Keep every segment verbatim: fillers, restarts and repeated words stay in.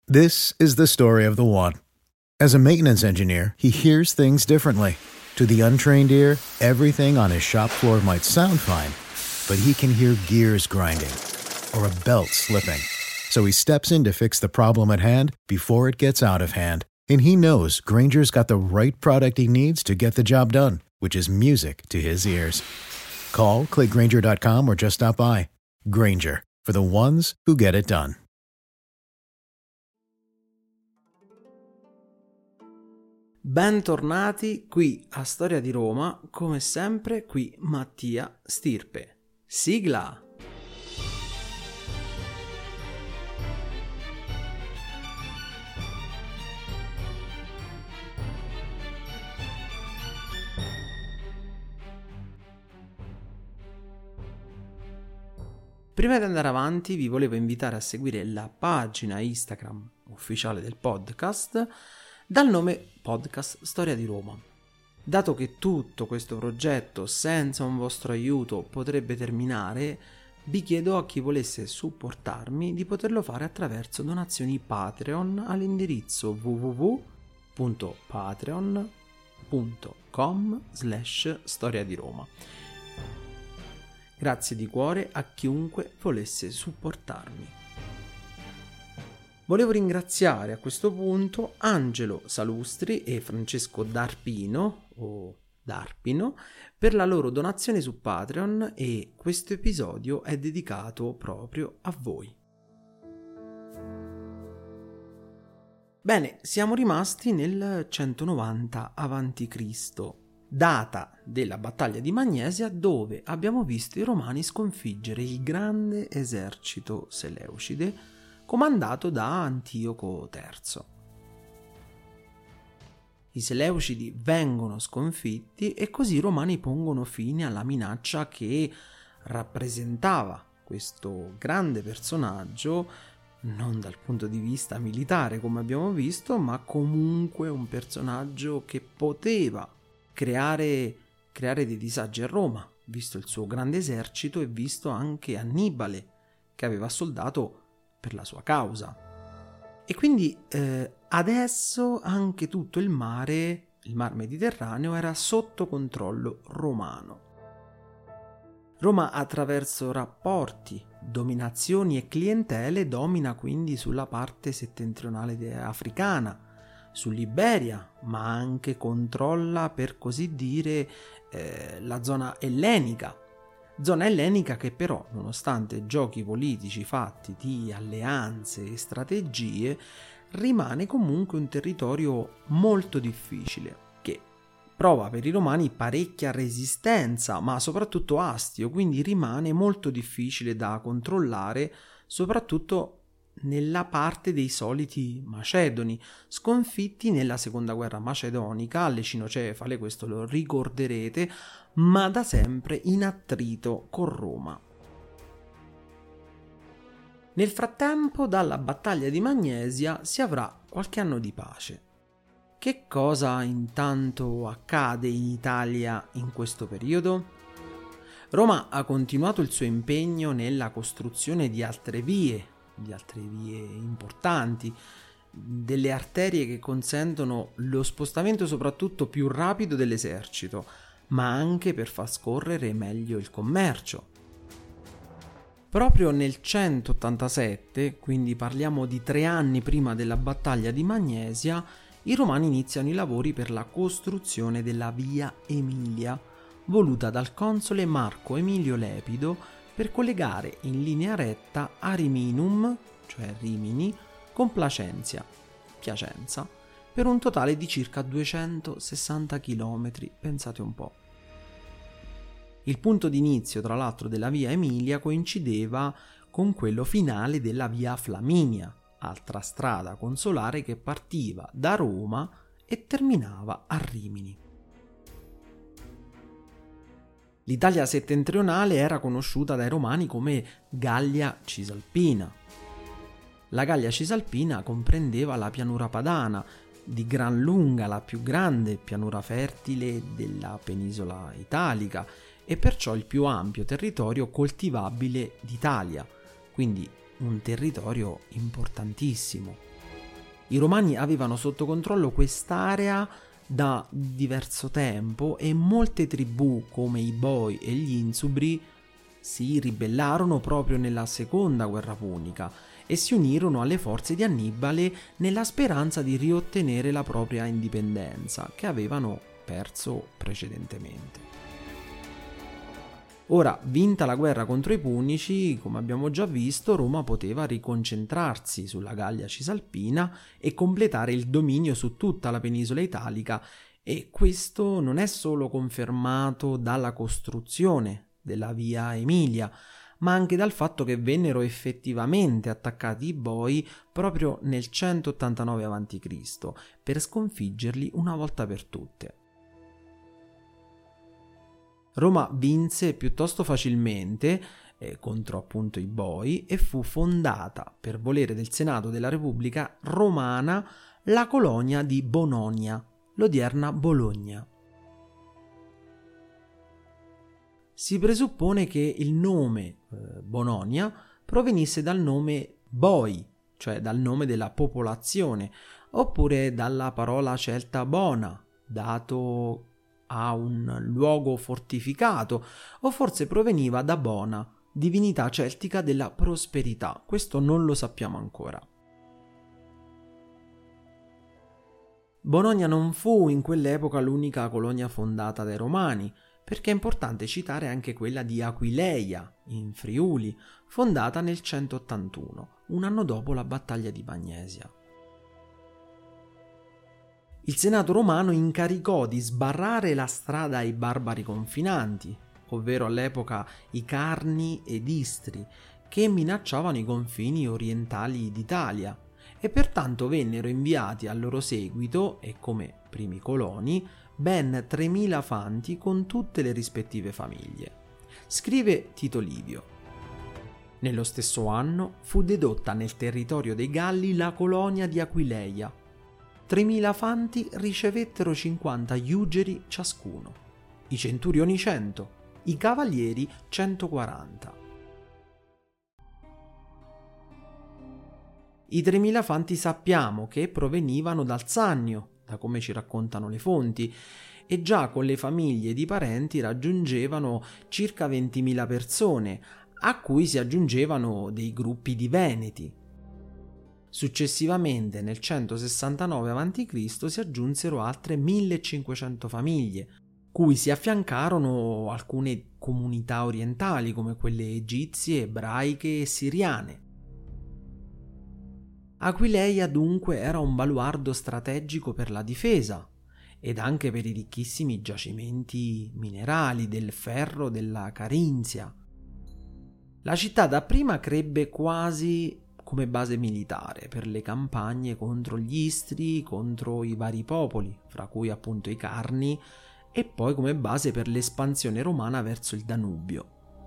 This is the story of the one. As a maintenance engineer, he hears things differently. To the untrained ear, everything on his shop floor might sound fine, but he can hear gears grinding or a belt slipping. So he steps in to fix the problem at hand before it gets out of hand. And he knows Grainger's got the right product he needs to get the job done, which is music to his ears. Call, click Grainger dot com or just stop by. Grainger, for the ones who get it done. Bentornati qui a Storia di Roma, come sempre qui Mattia Stirpe. Sigla! Prima di andare avanti vi volevo invitare a seguire la pagina Instagram ufficiale del podcast dal nome Podcast Storia di Roma. Dato che tutto questo progetto senza un vostro aiuto potrebbe terminare, vi chiedo a chi volesse supportarmi di poterlo fare attraverso donazioni Patreon all'indirizzo w w w punto patreon punto com slash storia di Roma. Grazie di cuore a chiunque volesse supportarmi. Volevo ringraziare a questo punto Angelo Salustri e Francesco D'Arpino, o D'Arpino, per la loro donazione su Patreon, e questo episodio è dedicato proprio a voi. Bene, siamo rimasti nel centonovanta avanti Cristo, data della battaglia di Magnesia, dove abbiamo visto i Romani sconfiggere il grande esercito seleucide comandato da Antioco terzo. I Seleucidi vengono sconfitti e così i Romani pongono fine alla minaccia che rappresentava questo grande personaggio, non dal punto di vista militare come abbiamo visto, ma comunque un personaggio che poteva creare, creare dei disagi a Roma, visto il suo grande esercito e visto anche Annibale, che aveva assoldato per la sua causa. E quindi eh, adesso anche tutto il mare, il mar Mediterraneo, era sotto controllo romano. Roma, attraverso rapporti, dominazioni e clientele, domina quindi sulla parte settentrionale africana, sull'Iberia, ma anche controlla, per così dire, eh, la zona ellenica. Zona ellenica che però, nonostante giochi politici fatti di alleanze e strategie, rimane comunque un territorio molto difficile, che prova per i Romani parecchia resistenza, ma soprattutto astio, quindi rimane molto difficile da controllare, soprattutto nella parte dei soliti macedoni, sconfitti nella seconda guerra macedonica alle Cinocefale, questo lo ricorderete, ma da sempre in attrito con Roma. Nel frattempo, dalla battaglia di Magnesia si avrà qualche anno di pace. Che cosa intanto accade in Italia in questo periodo? Roma ha continuato il suo impegno nella costruzione di altre vie, di altre vie importanti, delle arterie che consentono lo spostamento soprattutto più rapido dell'esercito, ma anche per far scorrere meglio il commercio. Proprio nel centottantasette, quindi parliamo di tre anni prima della battaglia di Magnesia, i Romani iniziano i lavori per la costruzione della Via Emilia, voluta dal console Marco Emilio Lepido per collegare in linea retta Ariminum, cioè Rimini, con Placentia, Piacenza, per un totale di circa duecentosessanta chilometri, pensate un po'. Il punto di inizio, tra l'altro, della Via Emilia coincideva con quello finale della Via Flaminia, altra strada consolare che partiva da Roma e terminava a Rimini. L'Italia settentrionale era conosciuta dai Romani come Gallia Cisalpina. La Gallia Cisalpina comprendeva la pianura padana, di gran lunga la più grande pianura fertile della penisola italica e perciò il più ampio territorio coltivabile d'Italia, quindi un territorio importantissimo. I Romani avevano sotto controllo quest'area da diverso tempo e molte tribù come i Boi e gli Insubri si ribellarono proprio nella seconda guerra punica e si unirono alle forze di Annibale nella speranza di riottenere la propria indipendenza che avevano perso precedentemente. Ora, vinta la guerra contro i Punici, come abbiamo già visto, Roma poteva riconcentrarsi sulla Gallia Cisalpina e completare il dominio su tutta la penisola italica, e questo non è solo confermato dalla costruzione della via Emilia, ma anche dal fatto che vennero effettivamente attaccati i Boi proprio nel centottantanove avanti Cristo per sconfiggerli una volta per tutte. Roma vinse piuttosto facilmente eh, contro appunto i Boi e fu fondata per volere del Senato della Repubblica Romana la colonia di Bononia, l'odierna Bologna. Si presuppone che il nome eh, Bononia provenisse dal nome Boi, cioè dal nome della popolazione, oppure dalla parola celta bona, dato a un luogo fortificato, o forse proveniva da Bona, divinità celtica della prosperità. Questo non lo sappiamo ancora. Bononia non fu in quell'epoca l'unica colonia fondata dai Romani, perché è importante citare anche quella di Aquileia, in Friuli, fondata nel centottantuno, un anno dopo la battaglia di Magnesia. Il Senato romano incaricò di sbarrare la strada ai barbari confinanti, ovvero all'epoca i Carni ed Istri, che minacciavano i confini orientali d'Italia, e pertanto vennero inviati al loro seguito, e come primi coloni, ben tremila fanti con tutte le rispettive famiglie. Scrive Tito Livio: nello stesso anno fu dedotta nel territorio dei Galli la colonia di Aquileia. tremila fanti ricevettero cinquanta iugeri ciascuno, i centurioni cento, i cavalieri centoquaranta. I tremila fanti sappiamo che provenivano dal Sannio, da come ci raccontano le fonti, e già con le famiglie di parenti raggiungevano circa ventimila persone, a cui si aggiungevano dei gruppi di veneti. Successivamente, nel centosessantanove avanti Cristo, si aggiunsero altre millecinquecento famiglie, cui si affiancarono alcune comunità orientali come quelle egizie, ebraiche e siriane. Aquileia dunque era un baluardo strategico per la difesa ed anche per i ricchissimi giacimenti minerali del ferro della Carinzia. La città dapprima crebbe quasi come base militare per le campagne contro gli Istri, contro i vari popoli, fra cui appunto i Carni, e poi come base per l'espansione romana verso il Danubio.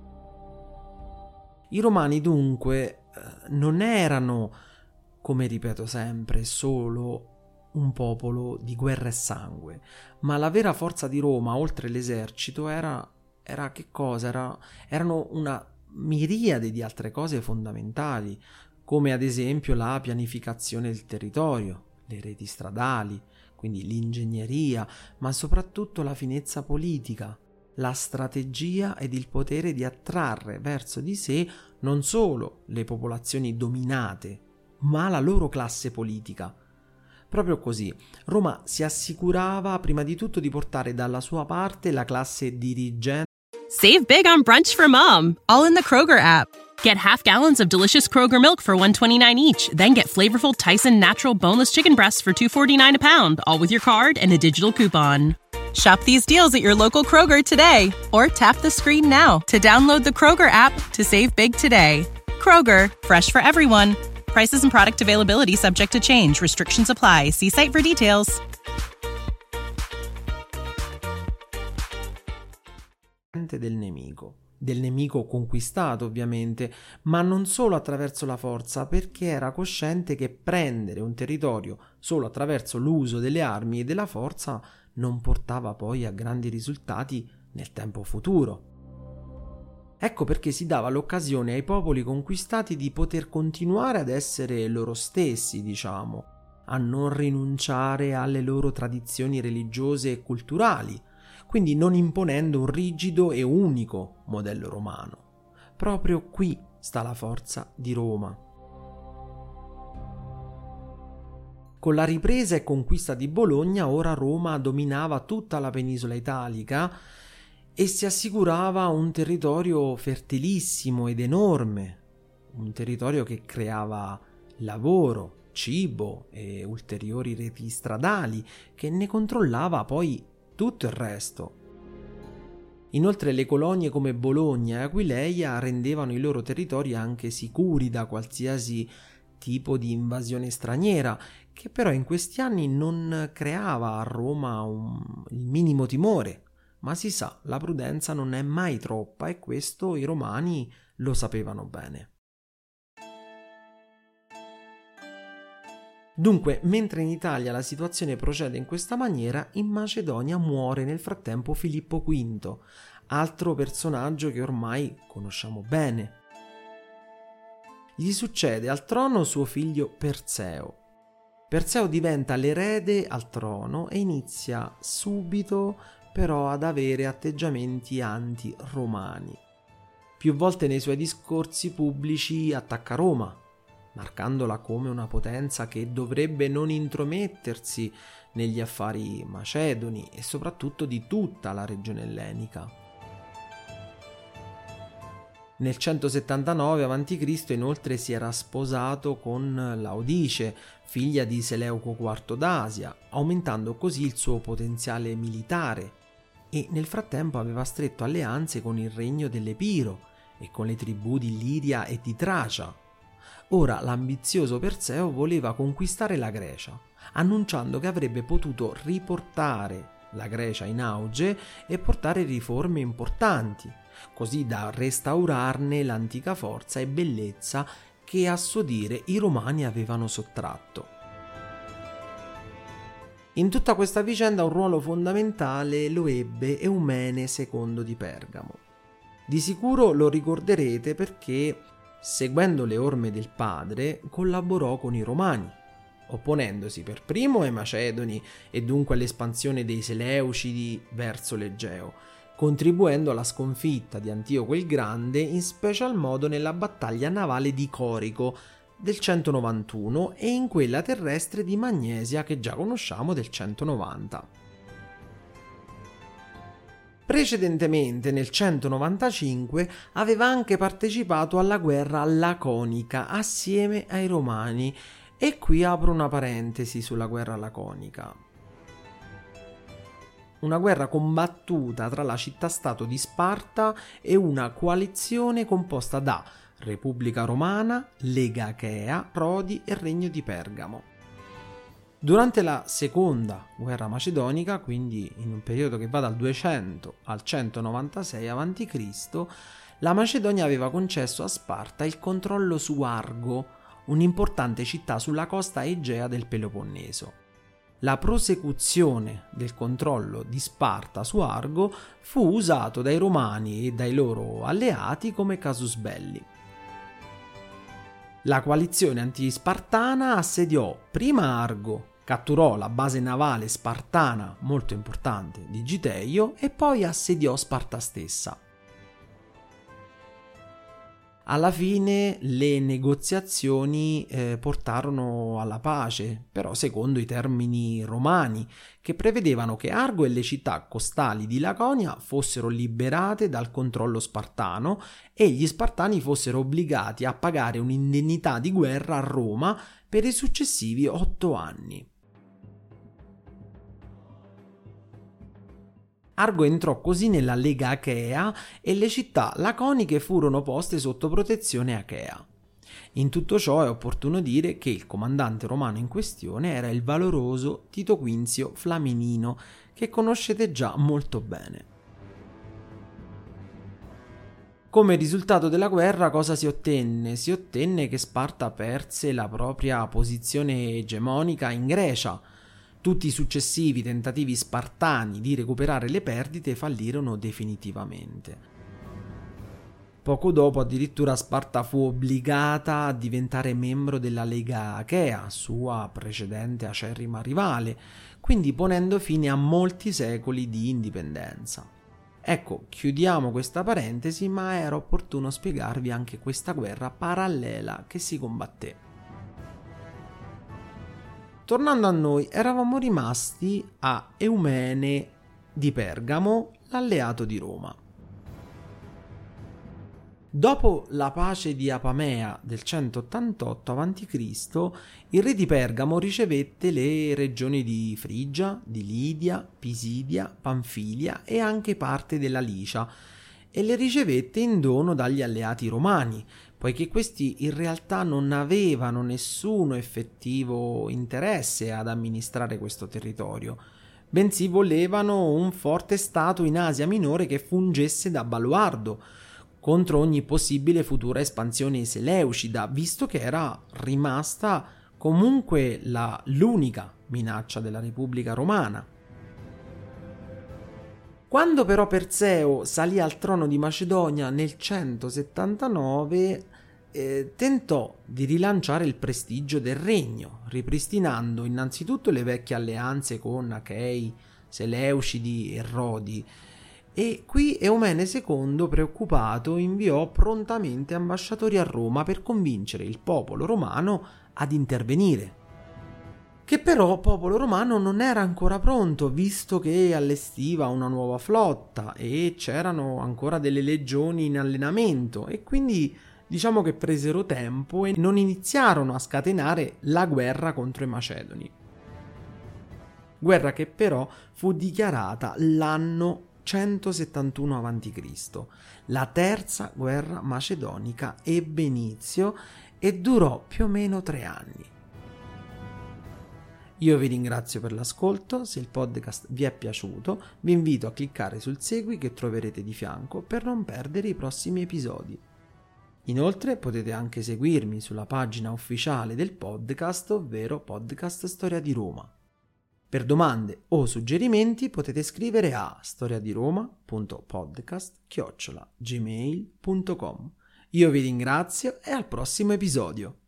I Romani dunque non erano, come ripeto sempre, solo un popolo di guerra e sangue, ma la vera forza di Roma, oltre l'esercito, era, era che cosa? Era, erano una miriade di altre cose fondamentali, come ad esempio la pianificazione del territorio, le reti stradali, quindi l'ingegneria, ma soprattutto la finezza politica, la strategia ed il potere di attrarre verso di sé non solo le popolazioni dominate, ma la loro classe politica. Proprio così, Roma si assicurava prima di tutto di portare dalla sua parte la classe dirigente. Save big on brunch for mom, all in the Kroger app. Get half gallons of delicious Kroger milk for one dollar and twenty-nine cents each. Then get flavorful Tyson natural boneless chicken breasts for two dollars and forty-nine cents a pound, all with your card and a digital coupon. Shop these deals at your local Kroger today, or tap the screen now to download the Kroger app to save big today. Kroger, fresh for everyone. Prices and product availability subject to change. Restrictions apply. See site for details. Del nemico, del nemico conquistato ovviamente, ma non solo attraverso la forza, perché era cosciente che prendere un territorio solo attraverso l'uso delle armi e della forza non portava poi a grandi risultati nel tempo futuro. Ecco perché si dava l'occasione ai popoli conquistati di poter continuare ad essere loro stessi, diciamo, a non rinunciare alle loro tradizioni religiose e culturali, quindi non imponendo un rigido e unico modello romano. Proprio qui sta la forza di Roma. Con la ripresa e conquista di Bologna, ora Roma dominava tutta la penisola italica e si assicurava un territorio fertilissimo ed enorme, un territorio che creava lavoro, cibo e ulteriori reti stradali, che ne controllava poi tutto il resto. Inoltre le colonie come Bologna e Aquileia rendevano i loro territori anche sicuri da qualsiasi tipo di invasione straniera, che però in questi anni non creava a Roma un, il minimo timore. Ma si sa, la prudenza non è mai troppa e questo i romani lo sapevano bene. Dunque, mentre in Italia la situazione procede in questa maniera, in Macedonia muore nel frattempo Filippo quinto, altro personaggio che ormai conosciamo bene. Gli succede al trono suo figlio Perseo. Perseo diventa l'erede al trono e inizia subito però ad avere atteggiamenti anti-romani. Più volte nei suoi discorsi pubblici attacca Roma, marcandola come una potenza che dovrebbe non intromettersi negli affari macedoni e soprattutto di tutta la regione ellenica. Nel centosettantanove avanti Cristo inoltre si era sposato con Laodice, figlia di Seleuco quarto d'Asia, aumentando così il suo potenziale militare, e nel frattempo aveva stretto alleanze con il regno dell'Epiro e con le tribù di Lidia e di Tracia. Ora l'ambizioso Perseo voleva conquistare la Grecia, annunciando che avrebbe potuto riportare la Grecia in auge e portare riforme importanti, così da restaurarne l'antica forza e bellezza che a suo dire i romani avevano sottratto. In tutta questa vicenda un ruolo fondamentale lo ebbe Eumene secondo di Pergamo. Di sicuro lo ricorderete perché, seguendo le orme del padre, collaborò con i romani, opponendosi per primo ai Macedoni e dunque all'espansione dei Seleucidi verso l'Egeo, contribuendo alla sconfitta di Antioco il Grande, in special modo nella battaglia navale di Corico del centonovantuno e in quella terrestre di Magnesia che già conosciamo del centonovanta. Precedentemente, nel centonovantacinque, aveva anche partecipato alla guerra laconica assieme ai Romani, e qui apro una parentesi sulla guerra laconica. Una guerra combattuta tra la città-stato di Sparta e una coalizione composta da Repubblica Romana, Lega Achea, Rodi e Regno di Pergamo. Durante la seconda guerra macedonica, quindi in un periodo che va dal duecento al centonovantasei avanti Cristo, la Macedonia aveva concesso a Sparta il controllo su Argo, un'importante città sulla costa egea del Peloponneso. La prosecuzione del controllo di Sparta su Argo fu usato dai Romani e dai loro alleati come casus belli. La coalizione antispartana assediò prima Argo, catturò la base navale spartana molto importante di Giteio e poi assediò Sparta stessa. Alla fine le negoziazioni eh, portarono alla pace, però secondo i termini romani, che prevedevano che Argo e le città costali di Laconia fossero liberate dal controllo spartano e gli spartani fossero obbligati a pagare un'indennità di guerra a Roma per i successivi otto anni. Argo entrò così nella Lega Achea e le città laconiche furono poste sotto protezione achea. In tutto ciò è opportuno dire che il comandante romano in questione era il valoroso Tito Quinzio Flaminino, che conoscete già molto bene. Come risultato della guerra cosa si ottenne? Si ottenne che Sparta perse la propria posizione egemonica in Grecia. Tutti i successivi tentativi spartani di recuperare le perdite fallirono definitivamente. Poco dopo addirittura Sparta fu obbligata a diventare membro della Lega Achea, sua precedente acerrima rivale, quindi ponendo fine a molti secoli di indipendenza. Ecco, chiudiamo questa parentesi, ma era opportuno spiegarvi anche questa guerra parallela che si combatté. Tornando a noi, eravamo rimasti a Eumene di Pergamo, l'alleato di Roma. Dopo la pace di Apamea del centottantotto avanti Cristo, il re di Pergamo ricevette le regioni di Frigia, di Lidia, Pisidia, Panfilia e anche parte della Licia, e le ricevette in dono dagli alleati romani, poiché questi in realtà non avevano nessuno effettivo interesse ad amministrare questo territorio, bensì volevano un forte stato in Asia Minore che fungesse da baluardo contro ogni possibile futura espansione seleucida, visto che era rimasta comunque la, l'unica minaccia della Repubblica Romana. Quando però Perseo salì al trono di Macedonia nel centosettantanove, eh, tentò di rilanciare il prestigio del regno, ripristinando innanzitutto le vecchie alleanze con Achei, Seleucidi e Rodi. E qui Eumene secondo, preoccupato, inviò prontamente ambasciatori a Roma per convincere il popolo romano ad intervenire. Che però popolo romano non era ancora pronto, visto che allestiva una nuova flotta e c'erano ancora delle legioni in allenamento, e quindi diciamo che presero tempo e non iniziarono a scatenare la guerra contro i Macedoni. Guerra che però fu dichiarata l'anno centosettantuno avanti Cristo. La terza guerra macedonica ebbe inizio e durò più o meno tre anni. Io vi ringrazio per l'ascolto, se il podcast vi è piaciuto vi invito a cliccare sul segui che troverete di fianco per non perdere i prossimi episodi. Inoltre potete anche seguirmi sulla pagina ufficiale del podcast, ovvero Podcast Storia di Roma. Per domande o suggerimenti potete scrivere a storiadiroma punto podcast chiocciola gmail punto com. Io vi ringrazio e al prossimo episodio.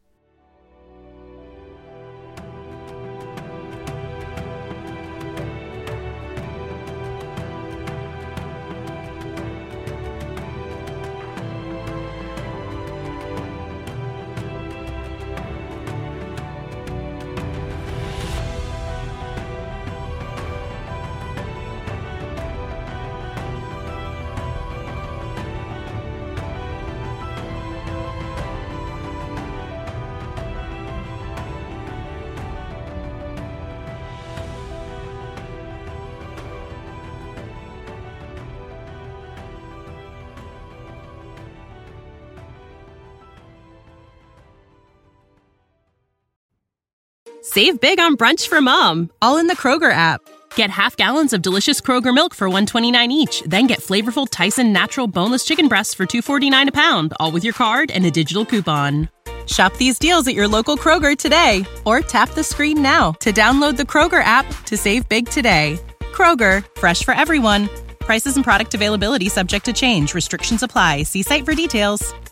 Save big on brunch for mom, all in the Kroger app. Get half gallons of delicious Kroger milk for one dollar and twenty-nine cents each. Then get flavorful Tyson natural boneless chicken breasts for two dollars and forty-nine cents a pound, all with your card and a digital coupon. Shop these deals at your local Kroger today, or tap the screen now to download the Kroger app to save big today. Kroger, fresh for everyone. Prices and product availability subject to change. Restrictions apply. See site for details.